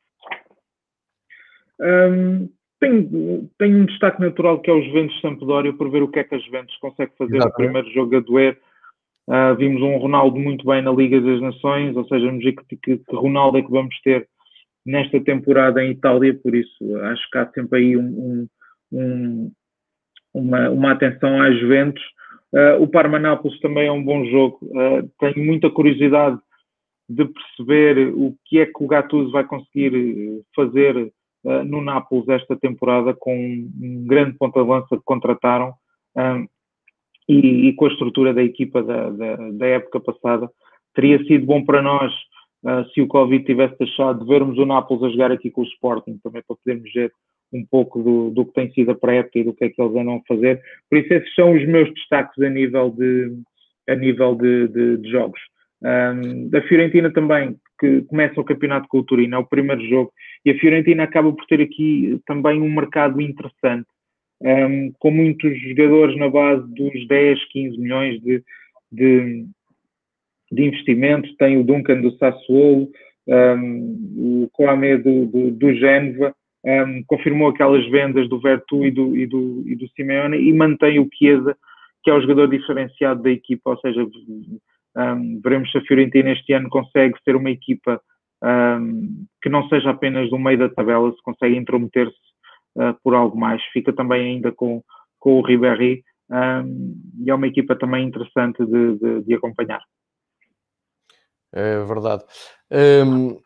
Um, tenho, tenho um destaque natural, que é o Juventus-Sampdoria, por ver o que é que a Juventus consegue fazer. Exatamente. No primeiro jogo a doer. Uh, vimos um Ronaldo muito bem na Liga das Nações, ou seja, vamos ver que, que, que Ronaldo é que vamos ter nesta temporada em Itália, por isso acho que há sempre aí um, um, um, uma, uma atenção às Juventus. Uh, o Parma-Nápoles também é um bom jogo. Uh, tenho muita curiosidade de perceber o que é que o Gattuso vai conseguir fazer uh, no Nápoles esta temporada, com um grande ponta de lança que contrataram, um, e, e com a estrutura da equipa da, da, da época passada. Teria sido bom para nós, Uh, se o Covid tivesse deixado, de vermos o Nápoles a jogar aqui com o Sporting, também para podermos ver um pouco do, do que tem sido a pré-época e do que é que eles andam a fazer. Por isso, esses são os meus destaques a nível de, a nível de, de, de jogos. Um, da Fiorentina também, que começa o campeonato com o Torino, é o primeiro jogo, e a Fiorentina acaba por ter aqui também um mercado interessante, um, com muitos jogadores na base dos dez, quinze milhões de, de de investimento. Tem o Duncan do Sassuolo, um, o Kouamé do, do, do Génova, um, confirmou aquelas vendas do Vertu e do, e, do, e do Simeone, e mantém o Chiesa, que é o jogador diferenciado da equipa. Ou seja, um, veremos se a Fiorentina este ano consegue ser uma equipa um, que não seja apenas do meio da tabela, se consegue intrometer-se uh, por algo mais. Fica também ainda com, com o Ribéry, um, e é uma equipa também interessante de, de, de acompanhar. É verdade. Um,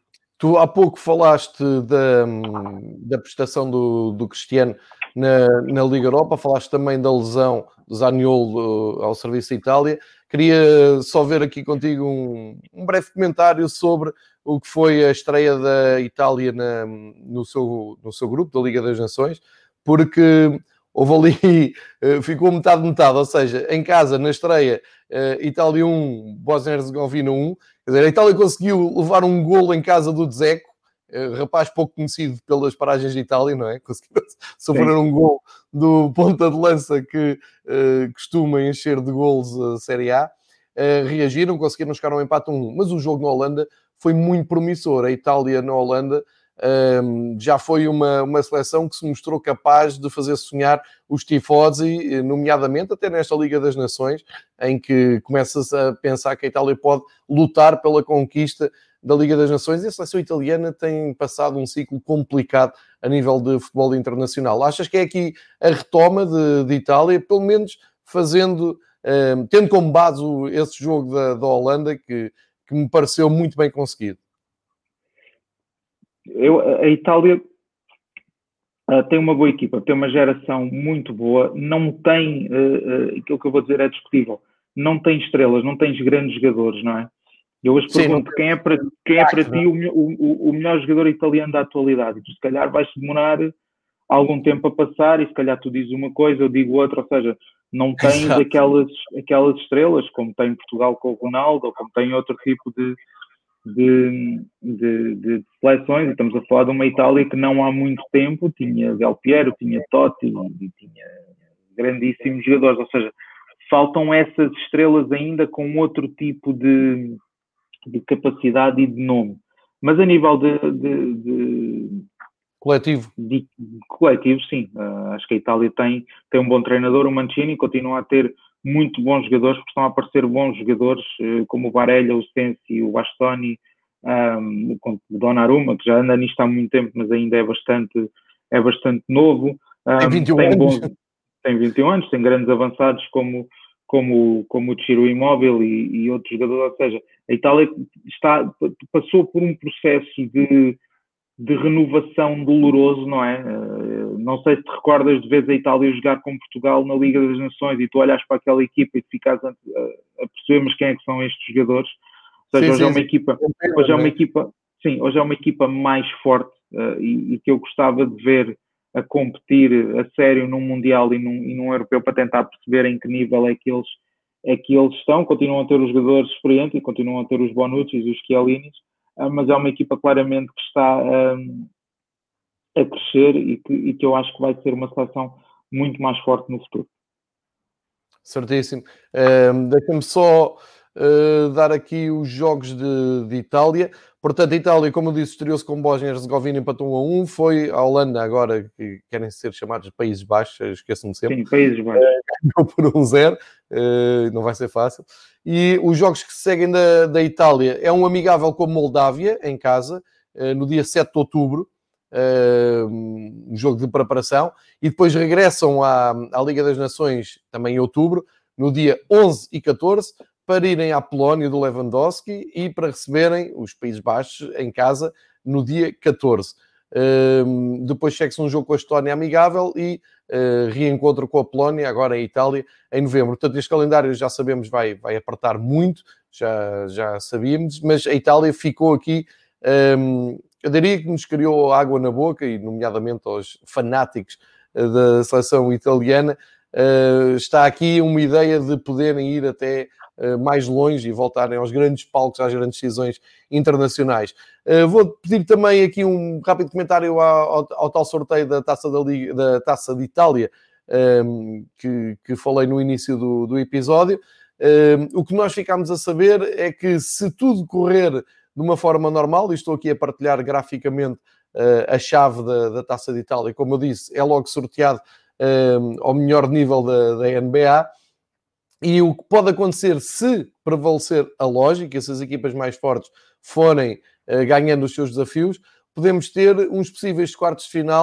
Tu há pouco falaste da, da prestação do, do Cristiano na, na Liga Europa, falaste também da lesão do Zaniolo ao serviço de Itália. Queria só ver aqui contigo um, um breve comentário sobre o que foi a estreia da Itália na, no, seu, no seu grupo da Liga das Nações, porque houve ali, ficou metade-metade, ou seja, em casa, na estreia, Itália um, Bósnia-Herzegovina um. Quer dizer, a Itália conseguiu levar um golo em casa do Dzeko, rapaz pouco conhecido pelas paragens de Itália, não é? Conseguiu sofrer um golo do ponta de lança que uh, costuma encher de golos a Série A. Uh, reagiram, conseguiram chegar ao empate um, mas o jogo na Holanda foi muito promissor. A Itália na Holanda um, já foi uma, uma seleção que se mostrou capaz de fazer sonhar os tifosi, nomeadamente até nesta Liga das Nações, em que começa-se a pensar que a Itália pode lutar pela conquista da Liga das Nações. E a seleção italiana tem passado um ciclo complicado a nível de futebol internacional. Achas que é aqui a retoma de, de Itália, pelo menos fazendo, um, tendo como base esse jogo da, da Holanda, que, que me pareceu muito bem conseguido? Eu, a Itália uh, tem uma boa equipa, tem uma geração muito boa, não tem, uh, uh, aquilo que eu vou dizer é discutível, não tem estrelas, não tens grandes jogadores, não é? Eu hoje pergunto, Sim, quem é para, quem é para ti o, o, o melhor jogador italiano da atualidade? E tu, se calhar vais demorar algum tempo a passar e se calhar tu dizes uma coisa, eu digo outra, ou seja, não tens aquelas, aquelas estrelas como tem Portugal com o Ronaldo ou como tem outro tipo de, de, de, de seleções. E estamos a falar de uma Itália que não há muito tempo tinha Del Piero, tinha Totti e tinha grandíssimos jogadores, ou seja, faltam essas estrelas ainda com outro tipo de de capacidade e de nome. Mas a nível de... de, de coletivo. De, de coletivo, sim. Uh, acho que a Itália tem, tem um bom treinador, o Mancini, continua a ter muito bons jogadores, porque estão a aparecer bons jogadores, uh, como o Barella, o Sensi, o Bastoni, um, o Donnarumma, que já anda nisto há muito tempo, mas ainda é bastante, é bastante novo. Um, tem vinte e um tem anos. Bons, tem vinte e um anos, tem grandes avançados como... como, como o Ciro Immobile e, e outros jogadores, ou seja, a Itália está, passou por um processo de, de renovação doloroso, não é? Não sei se te recordas de vez a Itália jogar com Portugal na Liga das Nações e tu olhas para aquela equipa e ficas a, a perceber, mas quem é que são estes jogadores? Ou seja, sim, hoje sim, é uma sim. equipa, hoje é uma equipa, sim, hoje é uma equipa mais forte uh, e, e que eu gostava de ver a competir a sério num Mundial e num, e num Europeu para tentar perceber em que nível é que eles, é que eles estão. Continuam a ter os jogadores experientes e continuam a ter os Bonucci e os Chiellinis, uh, mas é uma equipa claramente que está um, a crescer e que, e que eu acho que vai ser uma seleção muito mais forte no futuro. Certíssimo. Uh, Deixa-me só uh, dar aqui os jogos de, de Itália. Portanto, a Itália, como eu disse, estreou-se com Bósnia e Herzegovina, empatou um a um. Foi a Holanda, agora que querem ser chamados Países Baixos, esqueço-me sempre. Sim, Países Baixos. Ganhou por um zero, uh, não vai ser fácil. E os jogos que se seguem da, da Itália é um amigável com a Moldávia, em casa, uh, no dia sete de outubro. Uh, um jogo de preparação. E depois regressam à, à Liga das Nações, também em outubro, no dia onze e catorze, para irem à Polónia do Lewandowski e para receberem os Países Baixos em casa no dia catorze. Uh, depois segue-se um jogo com a Estónia amigável e uh, reencontro com a Polónia, agora em Itália, em novembro. Portanto, este calendário já sabemos vai, vai apertar muito, já, já sabíamos, mas a Itália ficou aqui, um, eu diria que nos criou água na boca, e nomeadamente aos fanáticos uh, da seleção italiana. Uh, está aqui uma ideia de poderem ir até uh, mais longe e voltarem aos grandes palcos, às grandes decisões internacionais. Uh, vou pedir também aqui um rápido comentário ao, ao, ao tal sorteio da Taça, da Liga, da Taça de Itália, um, que, que falei no início do, do episódio. Um, o que nós ficámos a saber é que, se tudo correr de uma forma normal, e estou aqui a partilhar graficamente uh, a chave da, da Taça de Itália, como eu disse, é logo sorteado Um, ao melhor nível da, da N B A, e o que pode acontecer se prevalecer a lógica, se as equipas mais fortes forem uh, ganhando os seus desafios, podemos ter uns possíveis quartos de final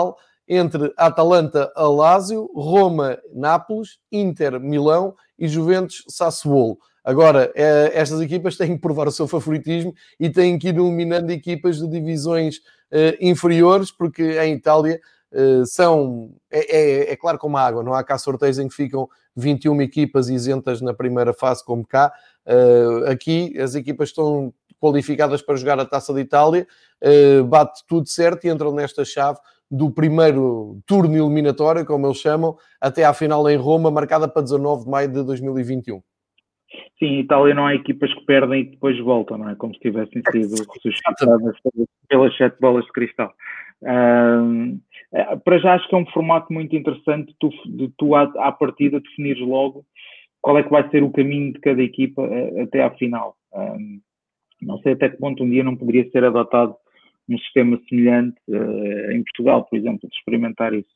entre Atalanta, Lazio, Roma, Nápoles, Inter, Milão e Juventus, Sassuolo. Agora, estas equipas têm que provar o seu favoritismo e têm que ir eliminando equipas de divisões uh, inferiores, porque em Itália uh, são... É, é, é claro como a água, não há cá sorteios em que ficam vinte e uma equipas isentas na primeira fase como cá. Uh, aqui as equipas estão qualificadas para jogar a Taça de Itália, uh, bate tudo certo e entram nesta chave do primeiro turno eliminatório, como eles chamam, até à final em Roma, marcada para dezanove de maio de dois mil e vinte e um. Sim, em Itália não há equipas que perdem e depois voltam, não é? Como se tivessem sido ressuscitadas pelas sete bolas de cristal. Um, para já acho que é um formato muito interessante tu, de tu à, à partida definires logo qual é que vai ser o caminho de cada equipa até à final. Um, não sei até que ponto um dia não poderia ser adotado um sistema semelhante uh, em Portugal, por exemplo, de experimentar isso.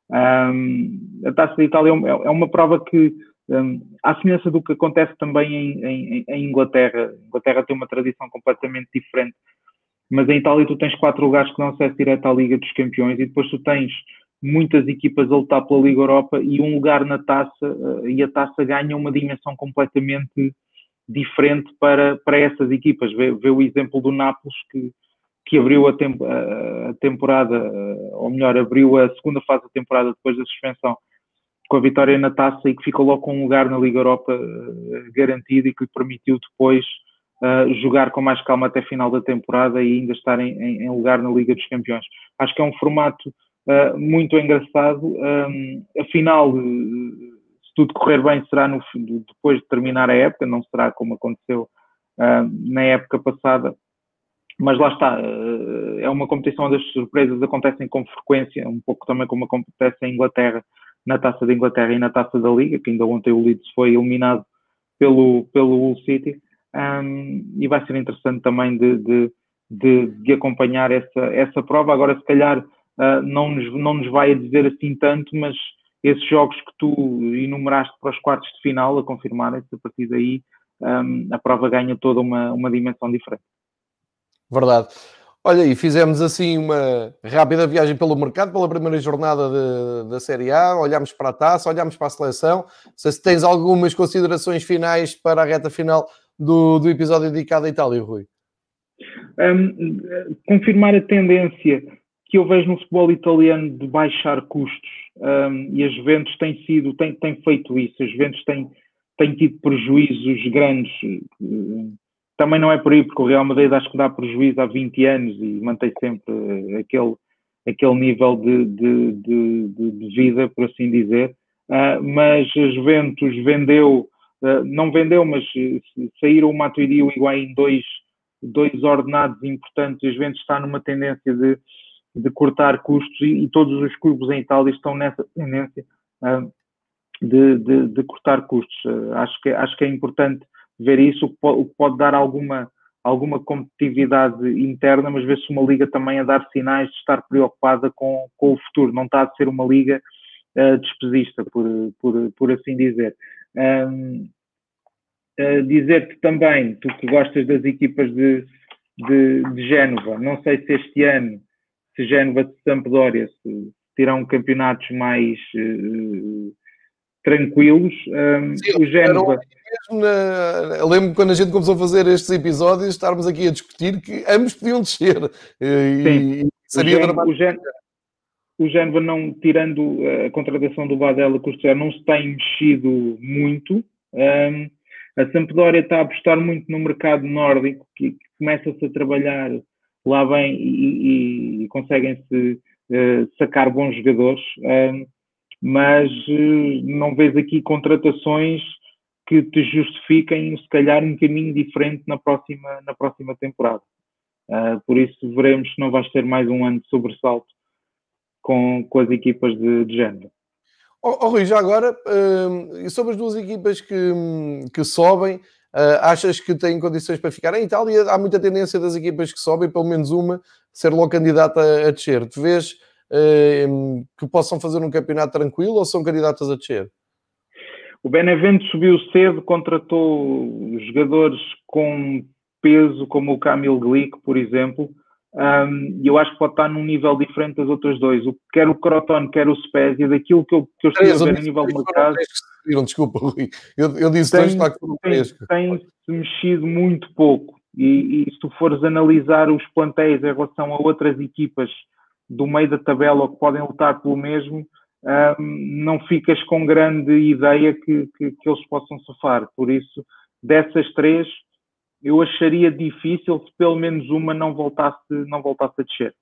Um, a Taça de Itália é uma prova que, um, à semelhança do que acontece também em, em, em Inglaterra, a Inglaterra tem uma tradição completamente diferente, mas em Itália tu tens quatro lugares que dão acesso direto à Liga dos Campeões e depois tu tens muitas equipas a lutar pela Liga Europa e um lugar na Taça, uh, e a Taça ganha uma dimensão completamente diferente para, para essas equipas. Vê, vê o exemplo do Nápoles, que que abriu a, temp a temporada, ou melhor, abriu a segunda fase da temporada depois da suspensão, com a vitória na Taça e que ficou logo com um lugar na Liga Europa uh, garantido e que lhe permitiu depois uh, jogar com mais calma até a final da temporada e ainda estar em, em, em lugar na Liga dos Campeões. Acho que é um formato uh, muito engraçado. Um, a final, uh, se tudo correr bem, será no, depois de terminar a época, não será como aconteceu uh, na época passada. Mas lá está, é uma competição onde as surpresas acontecem com frequência, um pouco também como acontece em Inglaterra, na Taça da Inglaterra e na Taça da Liga, que ainda ontem o Leeds foi eliminado pelo, pelo Hull City, um, e vai ser interessante também de, de, de, de acompanhar essa, essa prova. Agora, se calhar, uh, não, nos, não nos vai dizer assim tanto, mas esses jogos que tu enumeraste para os quartos de final, a confirmarem-se, a partir daí um, a prova ganha toda uma, uma dimensão diferente. Verdade. Olha, e fizemos assim uma rápida viagem pelo mercado, pela primeira jornada de, da Série A, olhámos para a Taça, olhámos para a seleção. Não sei se tens algumas considerações finais para a reta final do, do episódio dedicado à Itália, Rui. Um, confirmar a tendência que eu vejo no futebol italiano de baixar custos, um, e a Juventus tem sido, tem, tem feito isso, a Juventus tem, tem tido prejuízos grandes. Um, Também não é por aí, porque o Real Madrid acho que dá prejuízo há vinte anos e mantém sempre aquele, aquele nível de, de, de, de vida, por assim dizer. Uh, mas a Juventus vendeu, uh, não vendeu, mas saíram o Matuidi e o Higuaín, dois, dois ordenados importantes. A Juventus está numa tendência de, de cortar custos e, e todos os clubes em Itália estão nessa tendência uh, de, de, de cortar custos. Uh, acho que, acho que é importante ver isso, o que pode dar alguma, alguma competitividade interna, mas vê-se uma liga também a dar sinais de estar preocupada com, com o futuro. Não está a ser uma liga uh, despesista, por, por, por assim dizer. Um, uh, Dizer-te também, tu que gostas das equipas de, de, de Génova, não sei se este ano, se Génova de Sampdoria se terão campeonatos mais uh, tranquilos. Um, Sim, o Génova... Na... Eu lembro quando a gente começou a fazer estes episódios, estarmos aqui a discutir que ambos podiam descer. Sim. E seria o, Gen... o Génova, não, tirando a contratação do Badella, que não se tem mexido muito. Um, a Sampdoria está a apostar muito no mercado nórdico, que, que começa-se a trabalhar lá bem e, e, e conseguem-se uh, sacar bons jogadores. Um, mas uh, não vês aqui contratações que te justifiquem, se calhar, um caminho diferente na próxima, na próxima temporada. Uh, por isso, veremos se não vais ter mais um ano de sobressalto com, com as equipas de, de género. Oh, oh, Rui, já agora, uh, sobre as duas equipas que, que sobem, uh, achas que têm condições para ficar? Em Itália há muita tendência das equipas que sobem, pelo menos uma, ser logo candidata a, a descer. Tu vês uh, que possam fazer um campeonato tranquilo ou são candidatas a descer? O Benevento subiu cedo, contratou jogadores com peso, como o Kamil Glik, por exemplo, Um, e eu acho que pode estar num nível diferente das outras dois. O, quer o Crotone, quer o Spezia, daquilo que eu, que eu estive a ver a nível de mercado. Desculpa, Rui. Eu, eu disse tem, dois, claro que foram três. Tem-se mexido muito pouco. E, e se tu fores analisar os plantéis em relação a outras equipas do meio da tabela ou que podem lutar pelo mesmo, um, não ficas com grande ideia que, que, que eles possam sofrer. Por isso, dessas três, eu acharia difícil se pelo menos uma não voltasse, não voltasse a descer.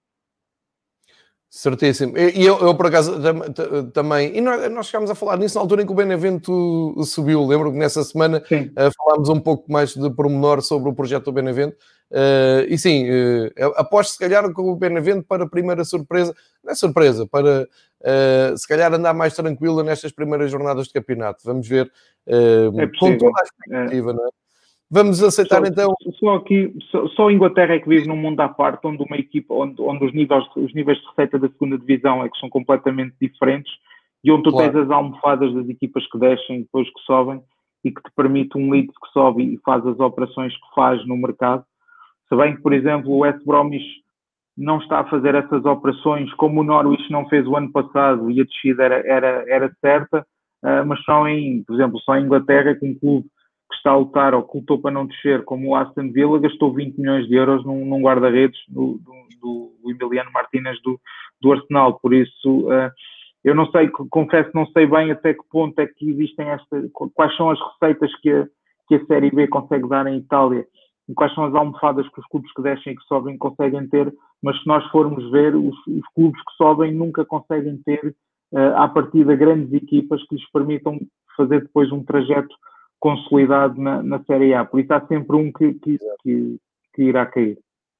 Certíssimo. E eu, eu, por acaso, também... E nós, nós chegámos a falar nisso na altura em que o Benevento subiu. Lembro que nessa semana uh, falámos um pouco mais de pormenor sobre o projeto do Benevento. Uh, e sim, uh, aposto se calhar com o Benevento para a primeira surpresa. Não é surpresa, para uh, se calhar andar mais tranquila nestas primeiras jornadas de campeonato. Vamos ver uh, é com toda a expectativa, é. Não é? Vamos aceitar só, então... Só aqui, só, só a Inglaterra é que vive num mundo à parte, onde uma equipa, onde, onde os, níveis, os níveis de receita da segunda divisão é que são completamente diferentes e onde tu claro. Tens as almofadas das equipas que descem e depois que sobem e que te permite um Leeds que sobe e faz as operações que faz no mercado. Se bem que, por exemplo, o West Bromwich não está a fazer essas operações, como o Norwich não fez o ano passado e a descida era, era, era certa, uh, mas só em, por exemplo, só em Inglaterra que um clube que está a lutar ou que lutou para não descer, como o Aston Villa, gastou vinte milhões de euros num, num guarda-redes do, do, do Emiliano Martínez do, do Arsenal. Por isso, uh, eu não sei, confesso, não sei bem até que ponto é que existem estas, quais são as receitas que a, que a Série B consegue dar em Itália e quais são as almofadas que os clubes que descem e que sobem conseguem ter, mas se nós formos ver, os, os clubes que sobem nunca conseguem ter, uh, à partida, grandes equipas que lhes permitam fazer depois um trajeto consolidado na, na Série A. Por isso há sempre um que, que, que, que irá cair.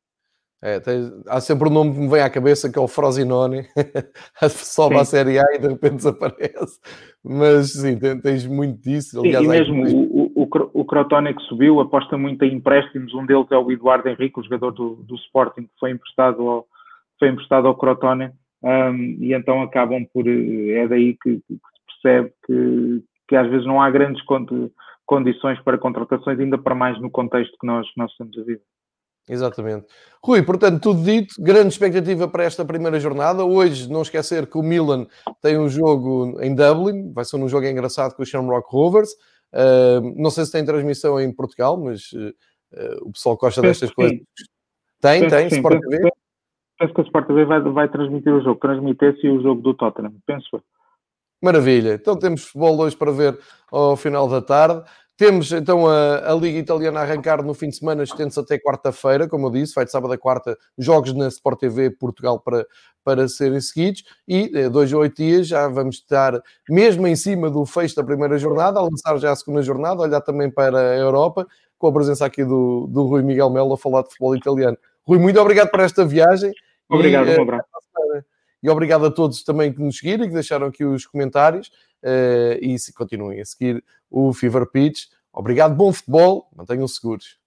É, tem, há sempre um nome que me vem à cabeça que é o Frosinone. Sobe à Série A e de repente desaparece. Mas sim, tens muito disso. Aliás, sim, e mesmo tens... o, o, o Crotone que subiu aposta muito em empréstimos. Um deles é o Eduardo Henrique, o jogador do, do Sporting, que foi emprestado ao, foi emprestado ao Crotone. Um, e então acabam por... É daí que, que se percebe que, que às vezes não há grandes condições para contratações, ainda para mais no contexto que nós, nós estamos a viver. Exatamente. Rui, portanto, tudo dito, grande expectativa para esta primeira jornada. Hoje, não esquecer que o Milan tem um jogo em Dublin, vai ser um jogo engraçado com o Shamrock Rovers. Uh, não sei se tem transmissão em Portugal, mas uh, uh, o pessoal gosta penso destas coisas. Tem, penso tem, Sport T V. Penso, penso que a Sport T V vai, vai transmitir o jogo, transmitir-se o jogo do Tottenham, penso. Maravilha. Então temos futebol hoje para ver ao final da tarde. Temos então a, a Liga Italiana a arrancar no fim de semana, estende-se até quarta-feira, como eu disse, vai de sábado a quarta, jogos na Sport T V Portugal para, para serem seguidos, e dois a oito dias já vamos estar mesmo em cima do fecho da primeira jornada, a lançar já a segunda jornada, olhar também para a Europa, com a presença aqui do, do Rui Miguel Melo a falar de futebol italiano. Rui, muito obrigado por esta viagem. Obrigado, e, um abraço. E obrigado a todos também que nos seguiram e que deixaram aqui os comentários. Uh, e se continuem a seguir o Fever Pitch. Obrigado, bom futebol, mantenham-se seguros.